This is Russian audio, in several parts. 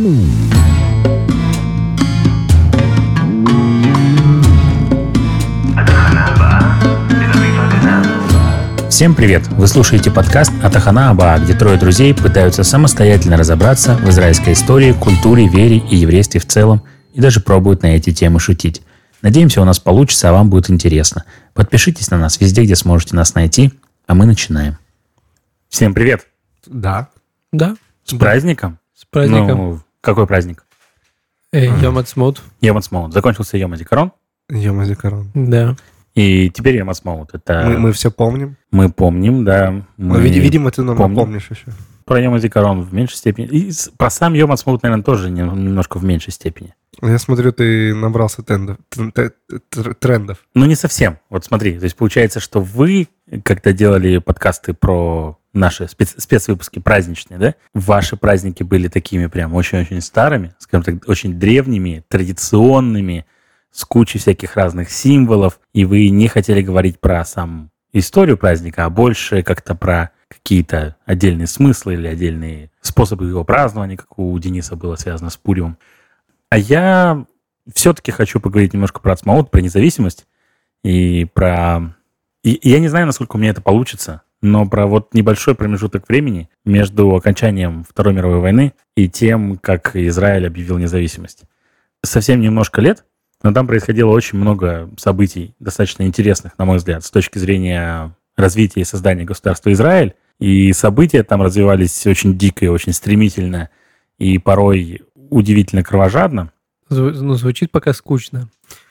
Всем привет! Вы слушаете подкаст «Атахана Аба», где трое друзей пытаются самостоятельно разобраться в израильской истории, культуре, вере и еврействе в целом и даже пробуют на эти темы шутить. Надеемся, у нас получится, а вам будет интересно. Подпишитесь на нас везде, где сможете нас найти, а мы начинаем. Всем привет! Да. С праздником? С праздником. Ну, какой праздник? Йом Ацмаут. Йом Ацмаут. Закончился Йом Азикарон. Йом Азикарон. Да. И теперь Йом Ацмаут. Это... Мы все помним. Мы помним, да. Видимо, ты нам напомнишь еще. Про Йом Азикарон в меньшей степени. И про сам Йом Ацмаут, наверное, тоже немножко в меньшей степени. Я смотрю, ты набрался трендов. Ну, не совсем. Вот смотри, то есть получается, что вы, когда делали подкасты про наши спецвыпуски праздничные, да, ваши праздники были такими прям очень-очень старыми, скажем так, очень древними, традиционными, с кучей всяких разных символов, и вы не хотели говорить про сам историю праздника, а больше как-то про какие-то отдельные смыслы или отдельные способы его празднования, как у Дениса было связано с Пуримом. А я все-таки хочу поговорить немножко про Ацмаут, про независимость и про... И я не знаю, насколько у меня это получится, но про вот небольшой промежуток времени между окончанием Второй мировой войны и тем, как Израиль объявил независимость. Совсем немножко лет, но там происходило очень много событий, достаточно интересных, на мой взгляд, с точки зрения развития и создания государства Израиль. И события там развивались очень дико и очень стремительно, и порой удивительно кровожадно. Звучит пока скучно.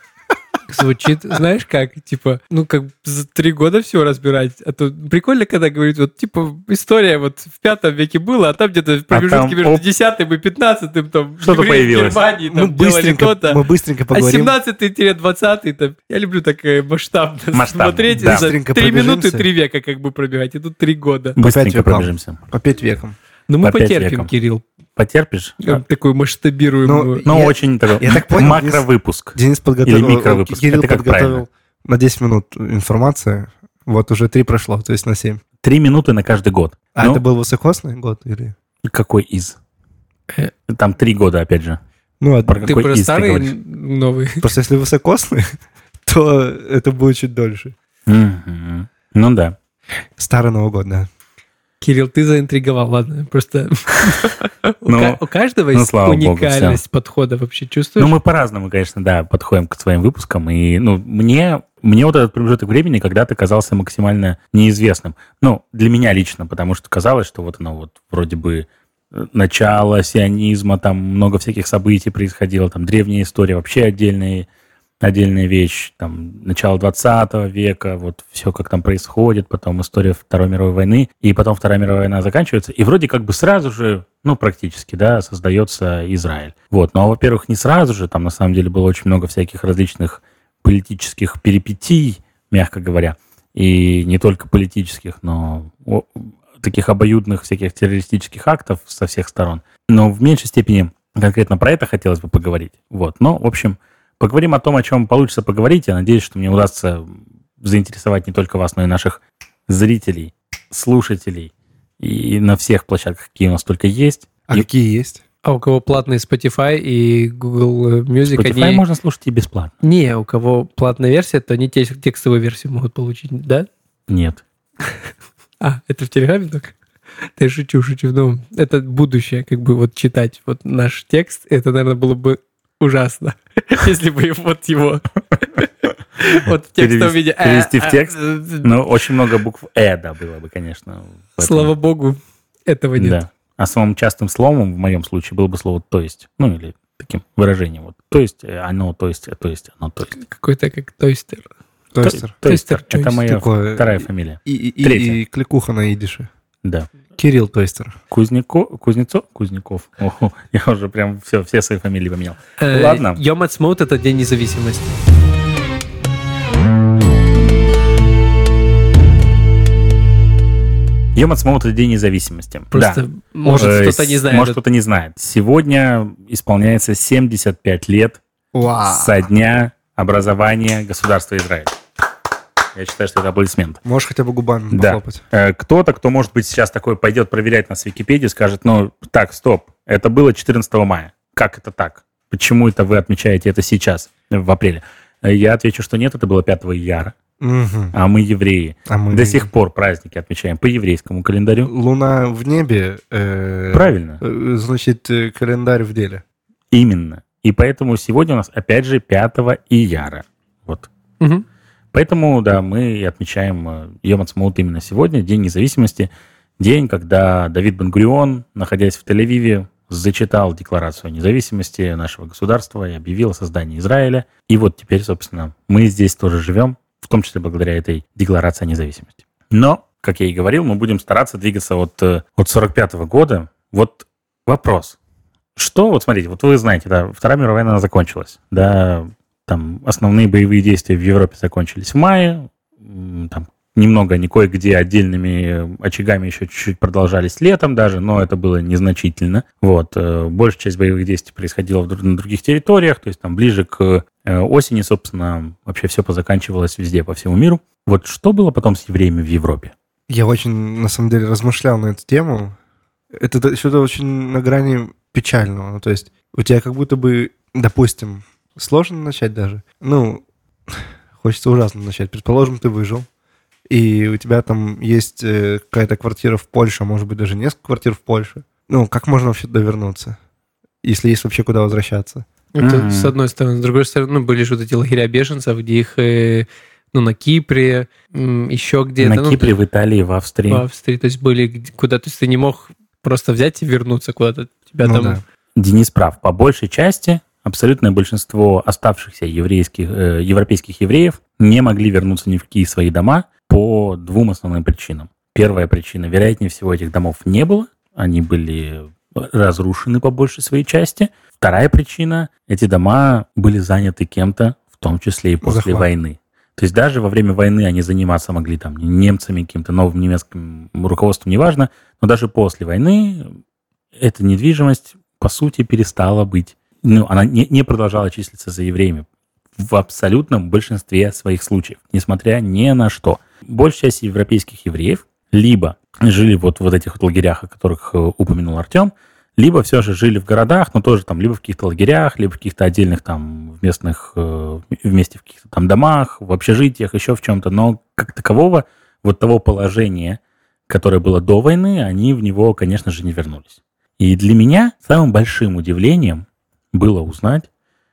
Звучит, знаешь как, типа, как за 3 года все разбирать. А то прикольно, когда говорит, вот, типа, история вот в 5 веке была, а там где-то в промежутке между 10-м и 15-м там что-то появилось. Германии там делали то-то. Мы быстренько поговорим. А 17-20 там, я люблю так масштабно смотреть. Да. За 3 минуты 3 века как бы пробегать, и тут 3 года. Быстренько пробежимся. По 5 векам. Ну мы По 5 потерпим, векам. Кирилл. Потерпишь? Такую масштабируемую. Ну, очень такой я так понял, макровыпуск. Денис подготовил. Или микровыпуск. Кирилл Это как подготовил правильно? на 10 минут информации. Вот уже 3 прошло, то есть на 7. 3 минуты на каждый год. А это был высокосный год? Или? Какой из? Там 3 года, опять же. Ну, Про Ты какой про из ты старый, говоришь? новый? просто если высокосный, то это будет чуть дольше. Мгм. Ну да. Старый Новый год, да. Кирилл, ты заинтриговал, ладно, просто у каждого ну, есть слава богу, уникальность подхода, вообще чувствуешь? Ну, мы по-разному, конечно, да, подходим к своим выпускам. И, мне вот этот промежуток времени когда-то казался максимально неизвестным. Ну, для меня лично, потому что казалось, что вот оно вот вроде бы начало сионизма, там много всяких событий происходило, там древняя история, вообще отдельная вещь, там, начало 20 века, вот все, как там происходит, потом история Второй мировой войны, и потом Вторая мировая война заканчивается, и вроде как бы сразу же, практически, да, создается Израиль. Вот, но, во-первых, не сразу же, там, на самом деле, было очень много всяких различных политических перипетий, мягко говоря, и не только политических, но таких обоюдных всяких террористических актов со всех сторон. Но в меньшей степени конкретно про это хотелось бы поговорить. Вот, но, в общем... Поговорим о том, о чем получится поговорить. Я надеюсь, что мне удастся заинтересовать не только вас, но и наших зрителей, слушателей. И на всех площадках, какие у нас только есть. Какие есть? А у кого платный Spotify и Google Music, Spotify можно слушать и бесплатно. Не, у кого платная версия, то они текстовую версию могут получить, да? Нет. Это в Телеграме только? Да, шучу. Ну, это будущее, как бы вот читать вот наш текст. Это, наверное, было бы ужасно, если бы вот его вот в текстовом виде. Перевести в текст? Ну, очень много букв да, было бы, конечно. Слава богу, этого нет. Да. А самым частым словом в моем случае было бы слово «то есть». Ну, или таким выражением. Вот. То есть оно, то есть оно, то есть. Какой-то как тойстер. Тойстер. Это моя Такое. вторая фамилия. И кликуха на идише. Да. Кирилл Тойстер. Кузнецов. Ого, я уже прям все свои фамилии поменял. Ладно. Йом Ацмаут — это День независимости. Йом Ацмаут — это День независимости. Просто, да. может, кто-то не знает. Может, кто-то не знает. Сегодня исполняется 75 лет со дня образования государства Израиль. Я считаю, что это аплодисмент. Можешь хотя бы губами Да. похлопать. Кто-то, кто, может быть, сейчас такой пойдет проверять нас в Википедии, скажет, так, стоп, Это было 14 мая. Как это так? Почему это вы отмечаете это сейчас, в апреле? Я отвечу, что нет, это было 5 ияра. А мы евреи. До сих пор праздники отмечаем по еврейскому календарю. Луна в небе. Правильно. Значит, календарь в деле. Именно. И поэтому сегодня у нас, опять же, 5 ияра. Вот. Угу. Поэтому, да, мы отмечаем Йом Ацмаут именно сегодня, День независимости. День, когда Давид Бен-Гурион, находясь в Тель-Авиве, зачитал Декларацию о независимости нашего государства и объявил о создании Израиля. И вот теперь, собственно, мы здесь тоже живем, в том числе благодаря этой Декларации о независимости. Но, как я и говорил, мы будем стараться двигаться от 45-го года. Вот вопрос. Что, вот смотрите, вот вы знаете, да, Вторая мировая война закончилась, да, там основные боевые действия в Европе закончились в мае, там немного, не кое-где отдельными очагами еще чуть-чуть продолжались летом даже, но это было незначительно. Вот. Большая часть боевых действий происходила на других территориях, то есть там ближе к осени, собственно, вообще все позаканчивалось везде, по всему миру. Вот что было потом с евреями в Европе? Я очень, на самом деле, размышлял на эту тему. Это что-то очень на грани печального. Ну, то есть у тебя как будто бы, допустим, сложно начать даже. Ну, хочется ужасно начать. Предположим, ты выжил, и у тебя там есть какая-то квартира в Польше, а может быть, даже несколько квартир в Польше. Ну, как можно вообще туда вернуться? Если есть вообще куда возвращаться. Это с одной стороны. С другой стороны, были же вот эти лагеря беженцев, где их, на Кипре, еще где-то. На Кипре, в Италии, в Австрии. В Австрии, то есть были куда, то есть ты не мог просто взять и вернуться куда-то. Тебя там... Да. Денис прав. По большей части абсолютное большинство оставшихся европейских евреев не могли вернуться ни в какие свои дома по двум основным причинам. Первая причина, вероятнее всего, этих домов не было. Они были разрушены по большей своей части. Вторая причина, эти дома были заняты кем-то, в том числе и после войны. То есть даже во время войны они заниматься могли там немцами, каким-то новым немецким руководством, неважно, но даже после войны эта недвижимость, по сути, перестала быть, она не продолжала числиться за евреями в абсолютном большинстве своих случаев, несмотря ни на что. Большая часть европейских евреев либо жили вот в этих вот лагерях, о которых упомянул Артем, либо все же жили в городах, но тоже там либо в каких-то лагерях, либо в каких-то отдельных там вместе в каких-то там домах, в общежитиях, еще в чем-то. Но как такового вот того положения, которое было до войны, они в него, конечно же, не вернулись. И для меня самым большим удивлением было узнать,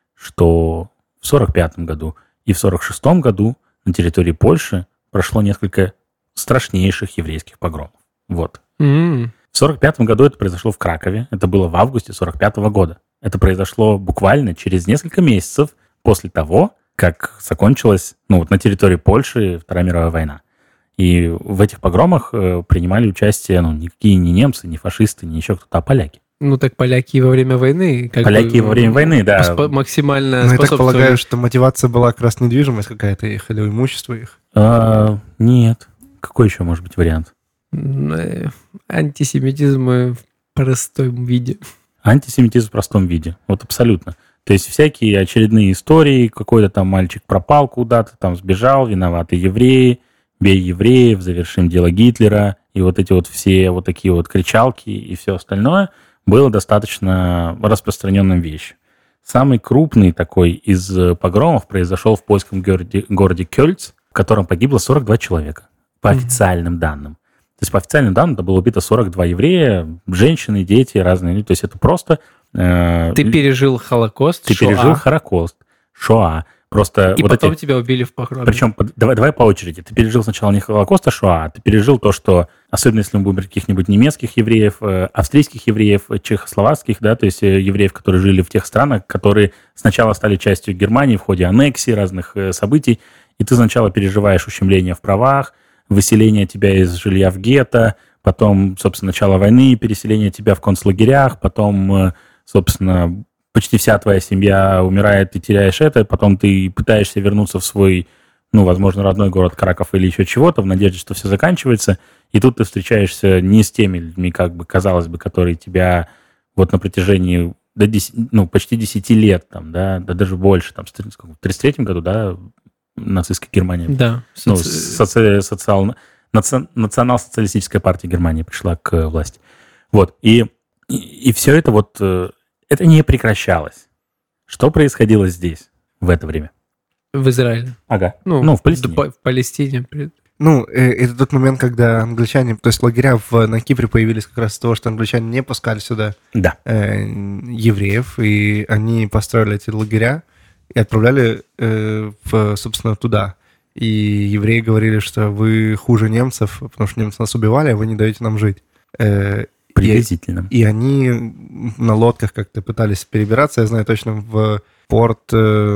что в 1945 году и в 1946 году на территории Польши прошло несколько страшнейших еврейских погромов. Вот. В 1945 году это произошло в Кракове. Это было в августе 1945 года. Это произошло буквально через несколько месяцев после того, как закончилась, на территории Польши Вторая мировая война. И в этих погромах принимали участие, никакие не немцы, не фашисты, не еще кто-то, а поляки. Так поляки и во время войны. Поляки во время войны, да. Максимально я так полагаю, что мотивация была как раз недвижимость какая-то их или имущество их. Нет. Какой еще может быть вариант? Антисемитизм в простом виде. Антисемитизм в простом виде. Вот абсолютно. То есть всякие очередные истории, какой-то там мальчик пропал куда-то, там сбежал, виноваты евреи, бей евреев, завершим дело Гитлера, и вот эти вот все вот такие вот кричалки и все остальное было достаточно распространенным вещью. Самый крупный такой из погромов произошел в польском городе Кёльц, в котором погибло 42 человека, по официальным данным. То есть по официальным данным было убито 42 еврея, женщины, дети разные. То есть это просто... Ты пережил Холокост, Ты пережил Холокост, Шоа. Просто и вот потом тебя убили в погроме. Причем, давай по очереди. Ты пережил сначала не Холокост, а Шоа. Ты пережил то, что, особенно если мы будем брать каких-нибудь немецких евреев, австрийских евреев, чехословацких, да, то есть евреев, которые жили в тех странах, которые сначала стали частью Германии в ходе аннексии, разных событий, и ты сначала переживаешь ущемление в правах, выселение тебя из жилья в гетто, потом, собственно, начало войны, переселение тебя в концлагерях, потом, собственно, почти вся твоя семья умирает, ты теряешь это, потом ты пытаешься вернуться в свой, возможно, родной город Краков или еще чего-то, в надежде, что все заканчивается, и тут ты встречаешься не с теми людьми, казалось бы, которые тебя вот на протяжении почти 10 лет, там, да даже больше, там, в 1933 году, да, нацистская Германия. Да. Национал-социалистическая партия Германии пришла к власти. Вот. И И все это вот, это не прекращалось. Что происходило здесь в это время? В Израиле. Ага. Ну, в Палестине. В Палестине. Ну, это тот момент, когда англичане, то есть лагеря на Кипре появились как раз из того, что англичане не пускали сюда Да. евреев, и они построили эти лагеря и отправляли, собственно, туда. И евреи говорили, что вы хуже немцев, потому что немцы нас убивали, а вы не даете нам жить. Приблизительно. И они на лодках как-то пытались перебираться, я знаю точно, в порт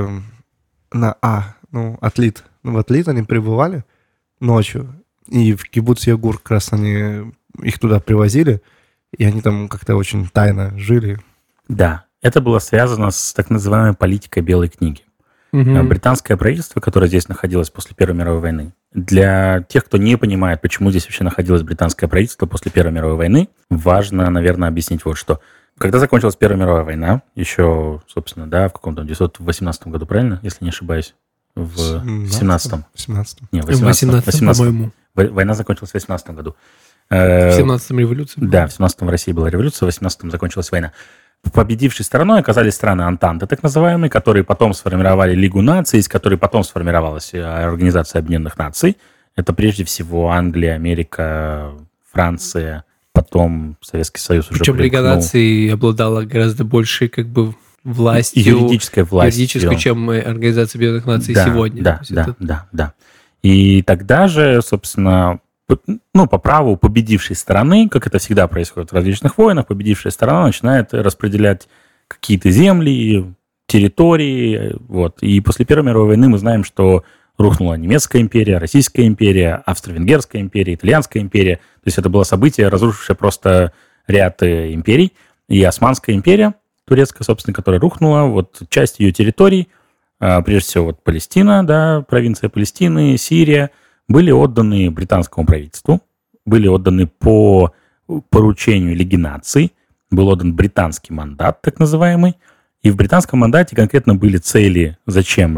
Атлит. В Атлит они прибывали ночью, и в кибуц Ягур как раз они их туда привозили, и они там как-то очень тайно жили. Да, это было связано с так называемой политикой Белой книги. Угу. Британское правительство, которое здесь находилось после Первой мировой войны. Для тех, кто не понимает, почему здесь вообще находилось британское правительство после Первой мировой войны, важно, наверное, объяснить вот что. Когда закончилась Первая мировая война, еще, собственно, да, в каком-то 1918 году, правильно, если не ошибаюсь? В 17-м. 17-м. Не, в 18-м, по-моему. Война закончилась в 18 году. В 17-м революция. Да, в 17-м в России была революция, в 18-м закончилась война. Победившей стороной оказались страны Антанты, так называемые, которые потом сформировали Лигу наций, из которой потом сформировалась Организация Объединенных Наций. Это прежде всего Англия, Америка, Франция, потом Советский Союз уже причем Лига наций обладала гораздо большей как бы властью, юридической властью, чем Организация Объединенных Наций сегодня. Да. И тогда же, собственно, по праву победившей стороны, как это всегда происходит в различных войнах, победившая сторона начинает распределять какие-то земли, территории. Вот. И после Первой мировой войны мы знаем, что рухнула немецкая империя, Российская империя, Австро-Венгерская империя, Итальянская империя. То есть это было событие, разрушившее просто ряд империй. И Османская империя, турецкая, собственно, которая рухнула, вот часть ее территорий, прежде всего вот Палестина, да, провинция Палестины, Сирия, были отданы британскому правительству, были отданы по поручению Лиги наций, был отдан британский мандат, так называемый, и в британском мандате конкретно были цели, зачем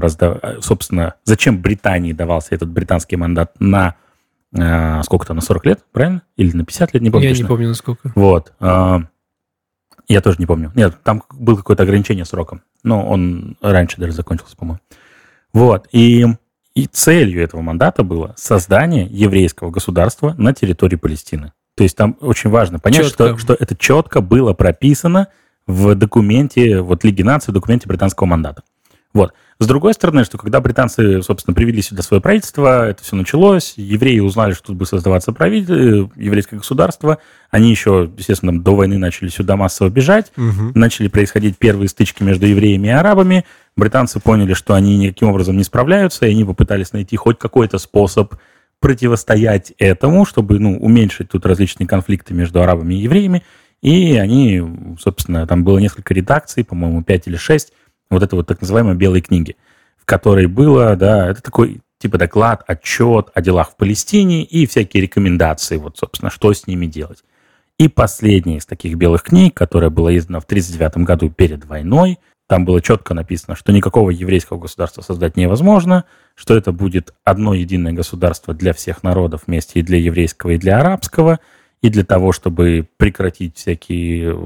Британии давался этот британский мандат на сколько-то, на 40 лет, правильно? Или на 50 лет, не помню. Я точно. не помню, насколько. Вот. Я тоже не помню. Нет, там было какое-то ограничение сроком, но он раньше даже закончился, по-моему. Вот. И целью этого мандата было создание еврейского государства на территории Палестины. То есть там очень важно понять, что это четко было прописано в документе вот Лиги наций, в документе британского мандата. Вот. С другой стороны, что когда британцы, собственно, привели сюда свое правительство, это все началось, евреи узнали, что тут будет создаваться еврейское государство, они еще, естественно, до войны начали сюда массово бежать, начали происходить первые стычки между евреями и арабами, британцы поняли, что они никаким образом не справляются, и они попытались найти хоть какой-то способ противостоять этому, чтобы, уменьшить тут различные конфликты между арабами и евреями, и они, собственно, там было несколько редакций, по-моему, 5 или 6, вот это вот так называемой белой книги, в которой было, да, это такой типа доклад, отчет о делах в Палестине и всякие рекомендации, вот, собственно, что с ними делать. И последняя из таких белых книг, которая была издана в 1939 году перед войной, там было четко написано, что никакого еврейского государства создать невозможно, что это будет одно единое государство для всех народов вместе и для еврейского, и для арабского, и для того, чтобы прекратить всякие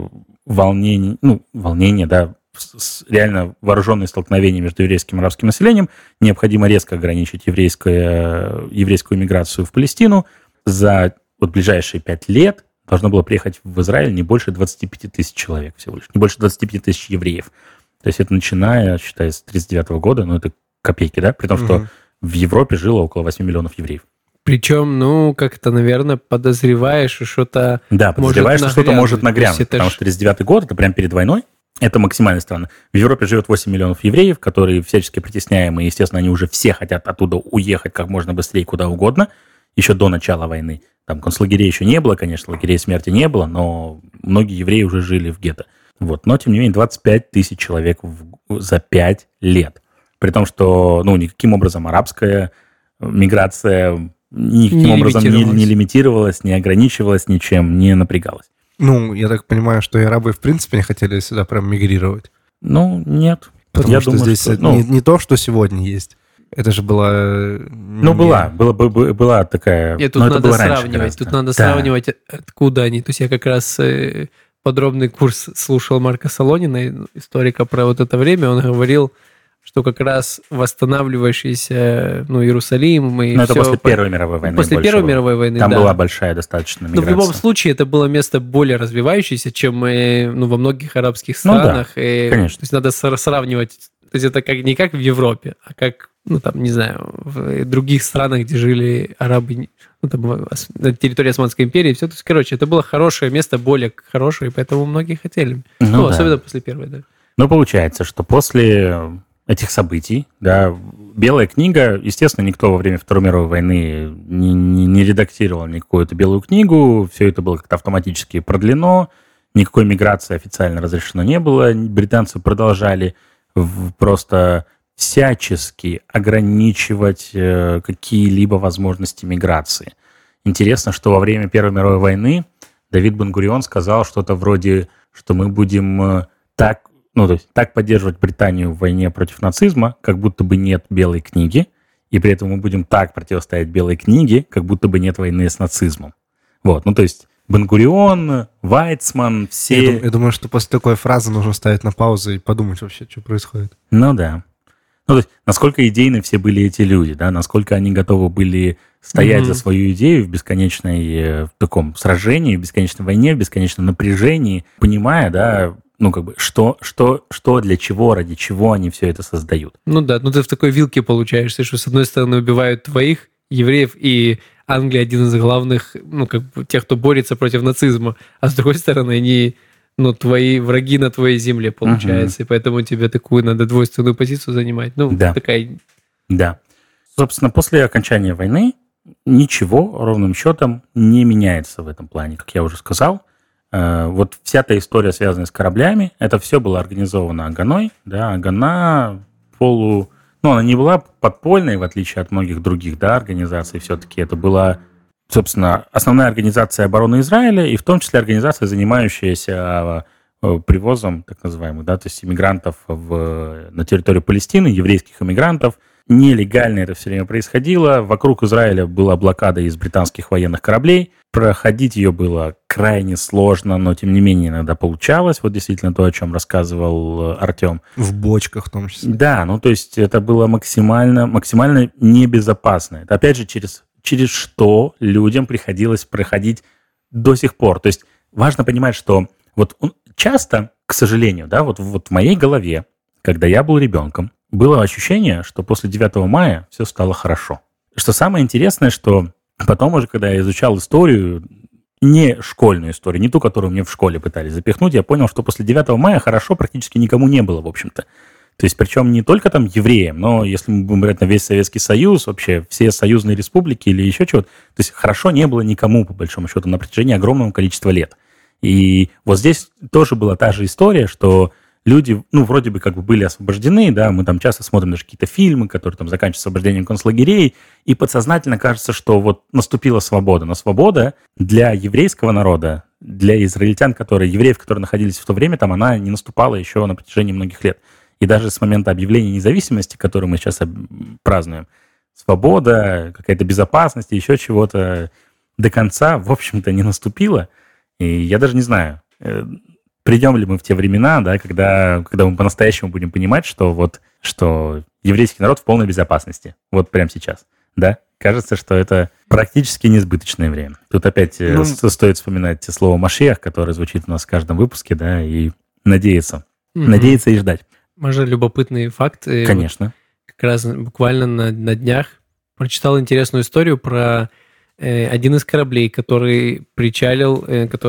волнения, да, реально вооруженные столкновения между еврейским и арабским населением, необходимо резко ограничить еврейскую миграцию в Палестину. За ближайшие 5 лет должно было приехать в Израиль не больше 25 тысяч человек всего лишь, не больше 25 тысяч евреев. То есть это начиная, считай, с 1939 года, это копейки, да, при том, что в Европе жило около 8 миллионов евреев. Причем, как-то, наверное, подозреваешь, что что-то может нагрянуть, потому что 1939 год, это прямо перед войной. Это максимально странно. В Европе живет 8 миллионов евреев, которые всячески притесняемые. Естественно, они уже все хотят оттуда уехать как можно быстрее, куда угодно. Еще до начала войны. Там концлагерей еще не было, конечно, лагерей смерти не было, но многие евреи уже жили в гетто. Вот. Но, тем не менее, 25 тысяч человек за 5 лет. При том, что никаким образом арабская миграция никаким образом не лимитировалась, не ограничивалась ничем, не напрягалась. Я так понимаю, что и арабы в принципе не хотели сюда прям мигрировать. Нет. Потому что здесь не то, что сегодня есть. Это же была... была такая... Нет, тут надо сравнивать. Тут надо сравнивать, откуда они. То есть я как раз подробный курс слушал Марка Солонина, историка, про вот это время. Он говорил, что как раз восстанавливающийся Иерусалим и Но это все... после Первой мировой войны. После Первой мировой войны, Там да. была большая достаточно миграция. Но в любом случае это было место более развивающееся, чем во многих арабских странах. Конечно. То есть надо сравнивать. То есть это не как в Европе, а как, не знаю, в других странах, где жили арабы, на территории Османской империи. Все. То есть, короче, это было хорошее место, более хорошее, и поэтому многие хотели. Особенно после Первой, да. Получается, что после этих событий, да, Белая книга, естественно, никто во время Второй мировой войны не редактировал никакую эту Белую книгу, все это было как-то автоматически продлено, никакой миграции официально разрешено не было, британцы продолжали просто всячески ограничивать какие-либо возможности миграции. Интересно, что во время Первой мировой войны Давид Бен-Гурион сказал что-то вроде, что мы будем так поддерживать Британию в войне против нацизма, как будто бы нет Белой книги, и при этом мы будем так противостоять Белой книге, как будто бы нет войны с нацизмом. То есть Бен-Гурион, Вайцман, все... Я думаю, что после такой фразы нужно ставить на паузу и подумать вообще, что происходит. Да. То есть, насколько идейны все были эти люди, да, насколько они готовы были стоять за свою идею в бесконечной в таком сражении, в бесконечной войне, в бесконечном напряжении, понимая, да, что, для чего, ради чего они все это создают. Ты в такой вилке получаешься, что с одной стороны убивают твоих евреев, и Англия один из главных, тех, кто борется против нацизма, а с другой стороны они, твои враги на твоей земле, получается, и поэтому тебе такую надо двойственную позицию занимать. Да. Такая... Да. Собственно, после окончания войны ничего ровным счетом не меняется в этом плане, как я уже сказал. Вся та история, связанная с кораблями, это все было организовано Аганой, да, Агана она не была подпольной, в отличие от многих других, да, организаций, все-таки это была, собственно, основная организация обороны Израиля, и в том числе организация, занимающаяся привозом, так называемых, да, то есть иммигрантов на территорию Палестины, еврейских иммигрантов. Нелегально это все время происходило. Вокруг Израиля была блокада из британских военных кораблей. Проходить ее было крайне сложно, но тем не менее иногда получалось. Действительно то, о чем рассказывал Артем. В бочках в том числе. Да, то есть это было максимально небезопасно. Это опять же через что людям приходилось проходить до сих пор. То есть важно понимать, что часто, к сожалению, да, в моей голове, когда я был ребенком, было ощущение, что после 9 мая все стало хорошо. Что самое интересное, что потом уже, когда я изучал историю, не школьную историю, не ту, которую мне в школе пытались запихнуть, я понял, что после 9 мая хорошо практически никому не было, в общем-то. То есть, причем не только там евреям, но если мы будем брать на весь Советский Союз, вообще все союзные республики или еще чего-то, то есть хорошо не было никому, по большому счету, на протяжении огромного количества лет. И здесь тоже была та же история, что люди, вроде бы были освобождены, да, мы там часто смотрим даже какие-то фильмы, которые там заканчиваются освобождением концлагерей, и подсознательно кажется, что наступила свобода. Но свобода для еврейского народа, для израильтян, евреев, которые находились в то время, там она не наступала еще на протяжении многих лет. И даже с момента объявления независимости, которую мы сейчас празднуем, свобода, какая-то безопасность, еще чего-то до конца, в общем-то, не наступила. И я даже не знаю, придем ли мы в те времена, да, когда мы по-настоящему будем понимать, что еврейский народ в полной безопасности. Прямо сейчас. Да? Кажется, что это практически несбыточное время. Тут опять стоит вспоминать слово «Машиах», которое звучит у нас в каждом выпуске, да, и надеяться. Надеяться и ждать. Может, любопытный факт. Конечно. Как раз буквально на днях прочитал интересную историю про один из кораблей, который причалил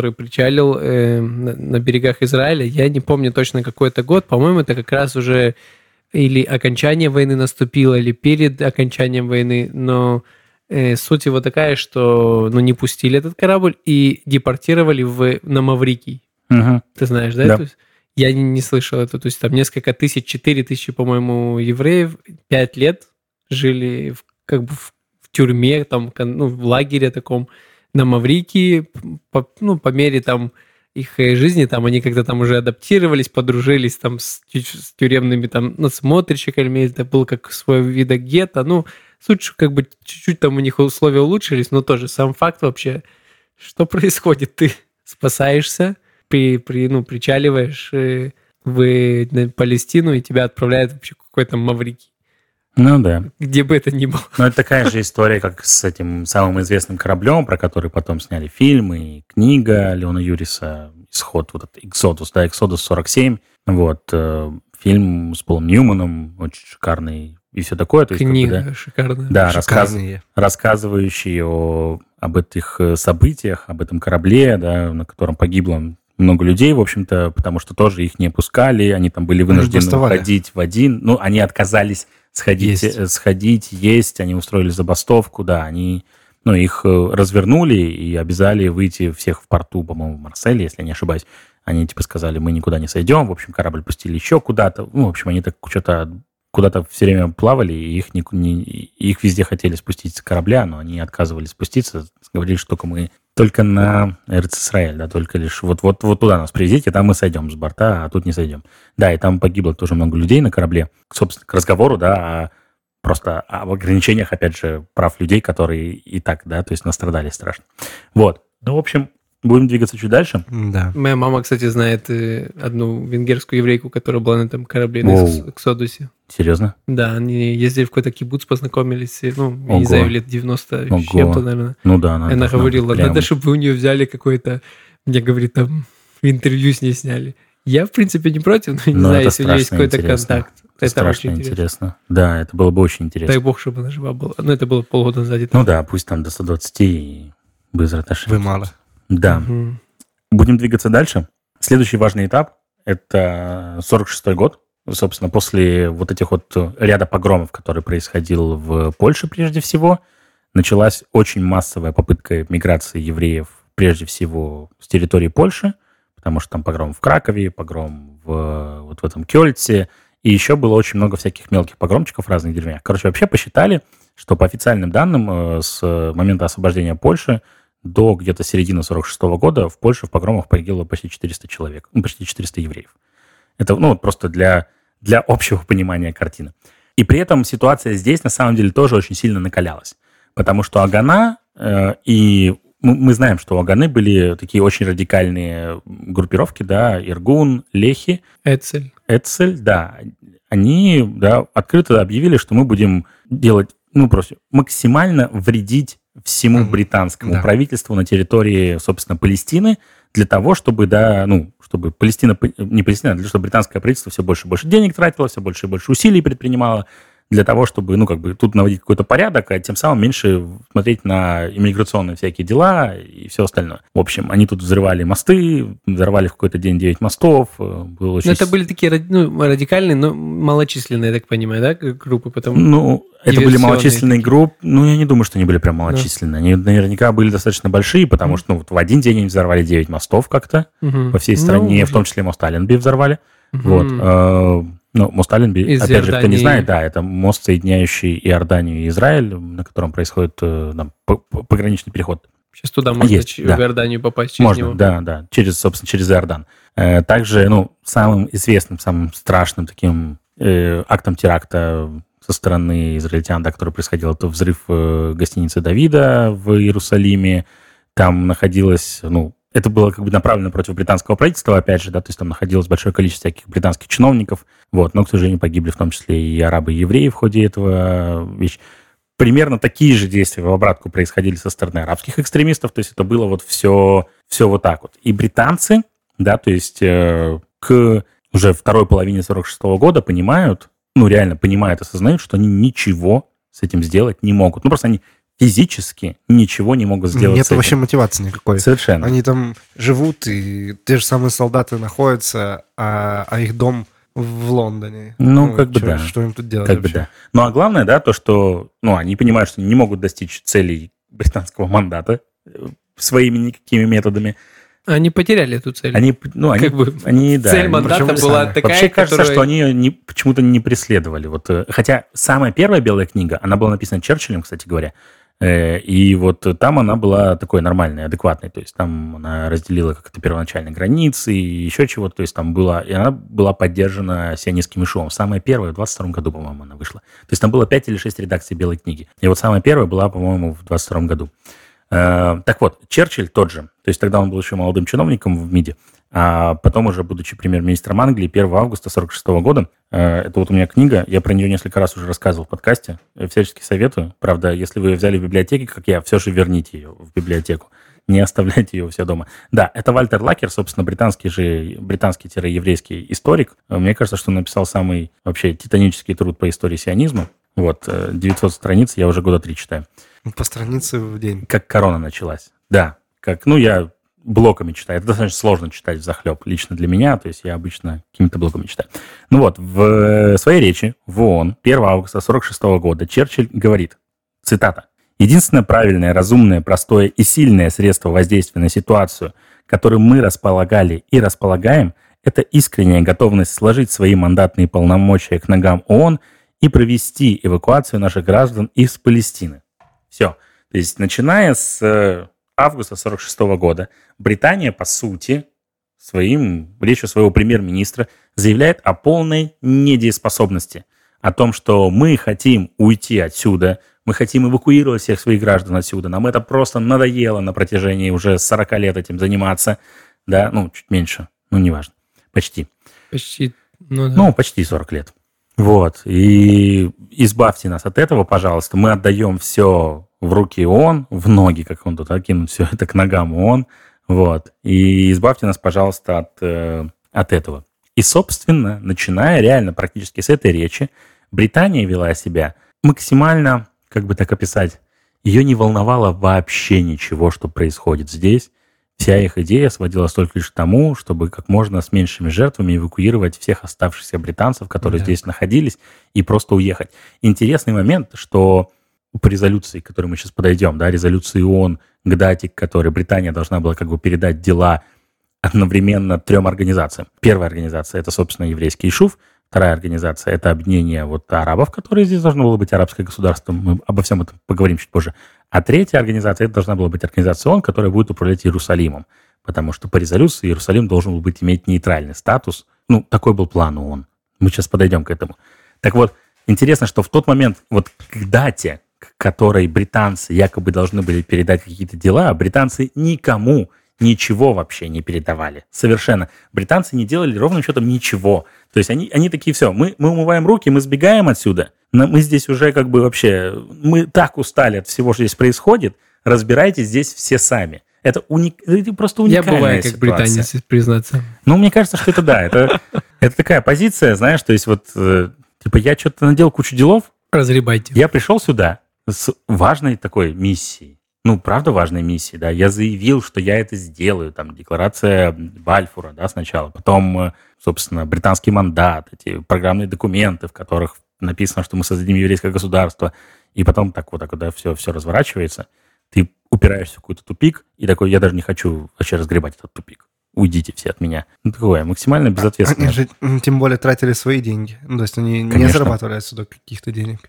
на берегах Израиля. Я не помню точно какой это год. По-моему, это как раз уже или окончание войны наступило, или перед окончанием войны. Но суть его такая, что не пустили этот корабль и депортировали на Маврикий. Угу. Ты знаешь, да? Да. То есть, я не слышал это. То есть там несколько тысяч, 4 тысячи, по-моему, евреев 5 лет жили в тюрьме, там, в лагере таком на Маврикии, по мере там их жизни, там они как-то там уже адаптировались, подружились там с тюремными там надсмотрщиками, это был как свой вид гетто, суть чуть-чуть там у них условия улучшились, но тоже сам факт вообще, что происходит, ты спасаешься, причаливаешь в Палестину, и тебя отправляют вообще в какой-то Маврикий. Ну да. Где бы это ни было. Ну, это такая же история, как с этим самым известным кораблем, про который потом сняли фильмы, и книга Леона Юриса «Исход», вот этот «Эксодус», да, «Эксодус 47». Вот, фильм с Полом Ньюманом, очень шикарный, и все такое. То есть, книга шикарная. Да, рассказывающий об этих событиях, об этом корабле, да, на котором погибло много людей, в общем-то, потому что тоже их не пускали, они там были вынуждены уходить в один. Ну, они отказались сходить, есть, они устроили забастовку, да, они, их развернули и обязали выйти всех в порту, по-моему, в Марселе, если я не ошибаюсь. Они типа сказали, мы никуда не сойдем, в общем, корабль пустили еще куда-то. Ну, в общем, они так что-то куда-то все время плавали, и их везде хотели спустить с корабля, но они отказывались спуститься, говорили, что только на Эрец-Исраэль, да, только лишь вот туда нас привезите, там мы сойдем с борта, а тут не сойдем. Да, и там погибло тоже много людей на корабле. Собственно, к разговору, да, просто об ограничениях, опять же, прав людей, которые и так, да, то есть настрадали страшно. Вот. Ну, в общем, будем двигаться чуть дальше. Да. Моя мама, кстати, знает одну венгерскую еврейку, которая была на этом корабле, на Эксодусе. Серьезно? Да, они ездили в какой-то кибуц, познакомились, не знаю, лет 90 с чем-то, наверное. Ну да. Она говорила, надо, чтобы вы у нее взяли какой-то, мне говорит, там, интервью с ней сняли. Я, в принципе, не против, но не знаю, если у нее есть какой-то контакт. Это страшно очень интересно. Да, это было бы очень интересно. Дай бог, чтобы она жива была. Но это было полгода назад. Ну да, пусть там до 120 и без отношений. Вы мало. Да. Угу. Будем двигаться дальше. Следующий важный этап – это 46-й год. Собственно, после вот этих вот ряда погромов, который происходил в Польше прежде всего, началась очень массовая попытка миграции евреев прежде всего с территории Польши, потому что там погром в Кракове, погром в этом Кёльце, и еще было очень много всяких мелких погромчиков в разных деревнях. Короче, вообще посчитали, что по официальным данным с момента освобождения Польши до где-то середины 46-го года в Польше в погромах погибло почти 400 человек, почти 400 евреев. Это, просто для общего понимания картины. И при этом ситуация здесь, на самом деле, тоже очень сильно накалялась. Потому что Агана, и мы знаем, что у Аганы были такие очень радикальные группировки, да, Иргун, Лехи. Эцель, да. Они, да, открыто объявили, что мы будем делать, просто максимально вредить всему британскому правительству на территории, собственно, Палестины, для того, чтобы, чтобы чтобы британское правительство все больше и больше денег тратило, все больше и больше усилий предпринимало, для того, чтобы, тут наводить какой-то порядок, а тем самым меньше смотреть на иммиграционные всякие дела и все остальное. В общем, они тут взрывали мосты, взорвали в какой-то день 9 мостов. Было очень... Это были такие радикальные, но малочисленные, я так понимаю, да, группы? Потому... это были малочисленные группы. Я не думаю, что они были прям малочисленные. Они наверняка были достаточно большие, потому что в один день они взорвали 9 мостов как-то по всей стране, в том числе мост Алленби взорвали. Вот. Мост Алленби, опять же, кто не знает, да, это мост, соединяющий Иорданию и Израиль, на котором происходит пограничный переход. Сейчас туда можно в Иорданию попасть через него. Можно, да, через Иордан. Также, самым известным, самым страшным таким актом теракта со стороны израильтян, да, который происходил, это взрыв гостиницы Давида в Иерусалиме. Там находилось, это было направлено против британского правительства, опять же, да, то есть там находилось большое количество всяких британских чиновников, но, к сожалению, погибли в том числе и арабы, и евреи в ходе этого вещи. Примерно такие же действия в обратку происходили со стороны арабских экстремистов, то есть это было все вот так вот. И британцы, да, то есть к уже второй половине 46-го года понимают, реально понимают, осознают, что они ничего с этим сделать не могут. Просто они физически ничего не могут сделать. Нет вообще мотивации никакой. Совершенно. Они там живут, и те же самые солдаты находятся, а их дом в Лондоне. Да. Что им тут делать вообще? Да. Ну, а главное, да, то, что они понимают, что не могут достичь целей британского мандата своими никакими методами. Они потеряли эту цель. Цель мандата была такая, вообще кажется, что они ее почему-то не преследовали. Хотя самая первая белая книга, она была написана Черчиллем, кстати говоря, и там она была такой нормальной, адекватной. То есть там она разделила как-то первоначальные границы и еще чего-то. То есть там была... И она была поддержана сионистским шумом. Самая первая в 22 году, по-моему, она вышла. То есть там было 5 или 6 редакций белой книги. И самая первая была, по-моему, в 22 году. Так вот, Черчилль тот же, то есть тогда он был еще молодым чиновником в МИДе, А потом уже, будучи премьер-министром Англии, 1 августа 1946 года, это вот у меня книга, я про нее несколько раз уже рассказывал в подкасте, всячески советую. Правда, если вы ее взяли в библиотеке, как я, все же верните ее в библиотеку. Не оставляйте ее у себя дома. Да, это Вальтер Лакер, собственно, британский-еврейский историк. Мне кажется, что он написал самый вообще титанический труд по истории сионизма. Вот, 900 страниц, я уже года 3 читаю. По странице в день. Как корона началась. Да, я блоками читаю. Это достаточно сложно читать взахлеб лично для меня, то есть я обычно какими-то блоками читаю. Ну вот, в своей речи в ООН 1 августа 1946 года Черчилль говорит, цитата, «Единственное правильное, разумное, простое и сильное средство воздействия на ситуацию, которым мы располагали и располагаем, это искренняя готовность сложить свои мандатные полномочия к ногам ООН и провести эвакуацию наших граждан из Палестины». Все. То есть, начиная с августа 1946 года, Британия, по сути, речью своего премьер-министра заявляет о полной недееспособности, о том, что мы хотим уйти отсюда, мы хотим эвакуировать всех своих граждан отсюда, нам это просто надоело на протяжении уже 40 лет этим заниматься, да, чуть меньше, неважно, почти. Почти, да. Почти 40 лет. Вот, и избавьте нас от этого, пожалуйста, мы отдаем все в руки ООН, в ноги, как он тут окинут все это к ногам ООН, вот, и избавьте нас, пожалуйста, от этого. И, собственно, начиная реально практически с этой речи, Британия вела себя максимально, как бы так описать, ее не волновало вообще ничего, что происходит здесь. Вся их идея сводилась только лишь к тому, чтобы как можно с меньшими жертвами эвакуировать всех оставшихся британцев, которые здесь находились, и просто уехать. Интересный момент, что по резолюции, к которой мы сейчас подойдем, да, резолюции ООН, к дате, к которой Британия должна была как бы передать дела одновременно 3 организациям. Первая организация – это, собственно, еврейский ишув. Вторая организация – это объединение арабов, которые здесь должно было быть арабское государство. Мы обо всем этом поговорим чуть позже. А третья организация – это должна была быть организация ООН, которая будет управлять Иерусалимом. Потому что по резолюции Иерусалим должен был иметь нейтральный статус. Такой был план ООН. Мы сейчас подойдем к этому. Так вот, интересно, что в тот момент, к дате, к которой британцы якобы должны были передать какие-то дела, британцы никому ничего вообще не передавали. Совершенно. Британцы не делали ровным счетом ничего. То есть они такие, все, мы умываем руки, мы сбегаем отсюда. Мы здесь уже как бы вообще, мы так устали от всего, что здесь происходит, разбирайтесь здесь все сами. Это просто уникальная ситуация. Я бываю как британец, признаться. Мне кажется, что это да. Это такая позиция, знаешь, то есть я что-то наделал кучу делов. Разгребайте. Я пришел сюда с важной такой миссией. Правда важной миссией, да. Я заявил, что я это сделаю. Там декларация Бальфура, да, сначала. Потом, собственно, британский мандат, эти программные документы, в которых написано, что мы создадим еврейское государство. И потом так да, все разворачивается. Ты упираешься в какой-то тупик и такой, я даже не хочу вообще разгребать этот тупик. Уйдите все от меня. Такое максимально безответственное. Они же то более тратили свои деньги. То есть они не зарабатывали отсюда каких-то денег.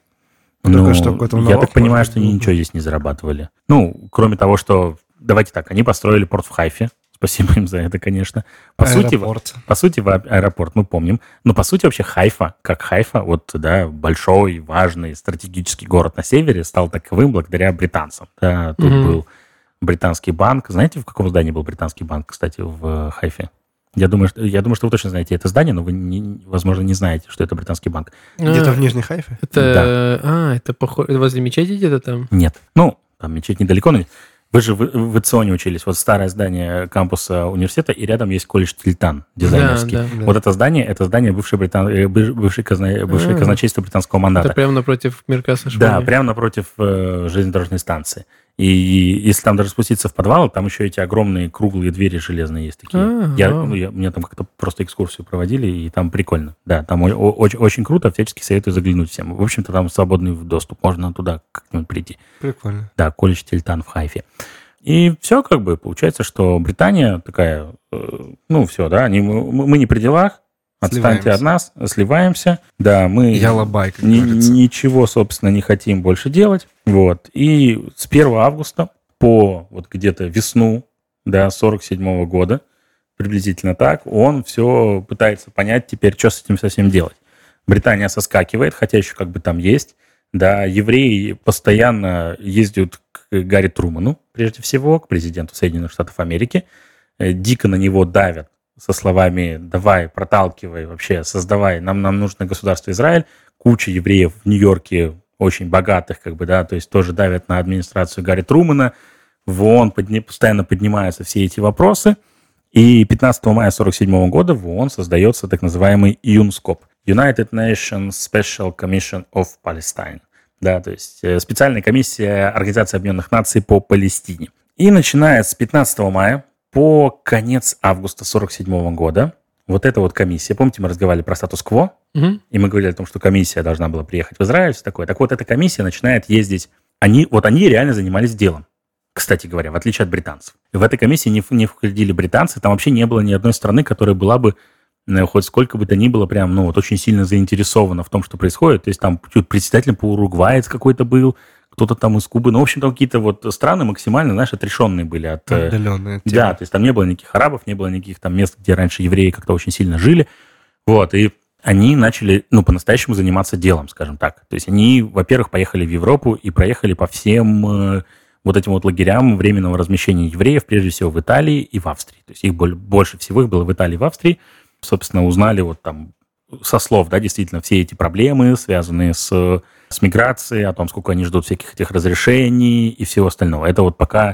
Я так понимаю, что они ничего здесь не зарабатывали. Кроме того, что... Давайте так, они построили порт в Хайфе. Спасибо им за это, конечно. По сути, аэропорт, мы помним. Но по сути вообще Хайфа, как Хайфа, большой, важный стратегический город на севере, стал таковым благодаря британцам. Да, тут был британский банк. Знаете, в каком здании был британский банк, кстати, в Хайфе? Я думаю, что вы точно знаете это здание, но вы, возможно, не знаете, что это британский банк. Где-то в Нижней Хайфе? Это похоже... Возле мечети где-то там? Нет. Там мечеть недалеко, но вы же в ИЦОНе учились. Старое здание кампуса университета, и рядом есть колледж Тильтан, дизайнерский. Да. Это здание бывшее казначейство британского мандата. Это прямо напротив Меркаса Шварца. Да, прямо напротив железнодорожной станции. И если там даже спуститься в подвал, там еще эти огромные круглые двери железные есть такие. Меня там как-то просто экскурсию проводили, и там прикольно. Да, там очень, очень круто, всячески советую заглянуть всем. В общем-то, там свободный доступ, можно туда как-нибудь прийти. Прикольно. Да, колледж Тильтан в Хайфе. И все получается, что Британия такая, все, да, мы не при делах, отстаньте от нас, сливаемся. Да, мы ничего, собственно, не хотим больше делать. И с 1 августа по где-то весну, да, 1947 года, приблизительно так, он все пытается понять теперь, что с этим совсем делать. Британия соскакивает, хотя еще как бы там есть. Да, евреи постоянно ездят к Гарри Труману, прежде всего, к президенту Соединенных Штатов Америки. Дико на него давят со словами «давай, проталкивай вообще, создавай, нам нужно государство Израиль». Куча евреев в Нью-Йорке, очень богатых, как бы, да, то есть тоже давят на администрацию Гарри Трумэна. В ООН постоянно поднимаются все эти вопросы. И 15 мая 1947 года в ООН создается так называемый ЮНСКОП – United Nations Special Commission of Palestine. Да, то есть специальная комиссия Организации Объединенных Наций по Палестине. И начиная с 15 мая по конец августа 1947 года вот эта вот комиссия, помните, мы разговаривали про статус-кво, и мы говорили о том, что комиссия должна была приехать в Израиль, все такое. Так вот, эта комиссия начинает ездить. Они реально занимались делом, кстати говоря, в отличие от британцев. В этой комиссии не входили британцы, там вообще не было ни одной страны, которая была бы хоть сколько бы то ни было прям, очень сильно заинтересована в том, что происходит. То есть там председатель уругваец какой-то был, кто-то там из Кубы. В общем, там какие-то вот страны максимально, знаешь, отрешенные были от... Отдаленные. Да, то есть там не было никаких арабов, не было никаких там мест, где раньше евреи как-то очень сильно жили. Вот, и они начали, по-настоящему заниматься делом, скажем так. То есть они, во-первых, поехали в Европу и проехали по всем вот этим вот лагерям временного размещения евреев, прежде всего в Италии и в Австрии. То есть их больше всего их было в Италии и в Австрии. Собственно, узнали вот там со слов, да, действительно, все эти проблемы, связанные с миграцией, о том, сколько они ждут всяких этих разрешений и всего остального. Это вот пока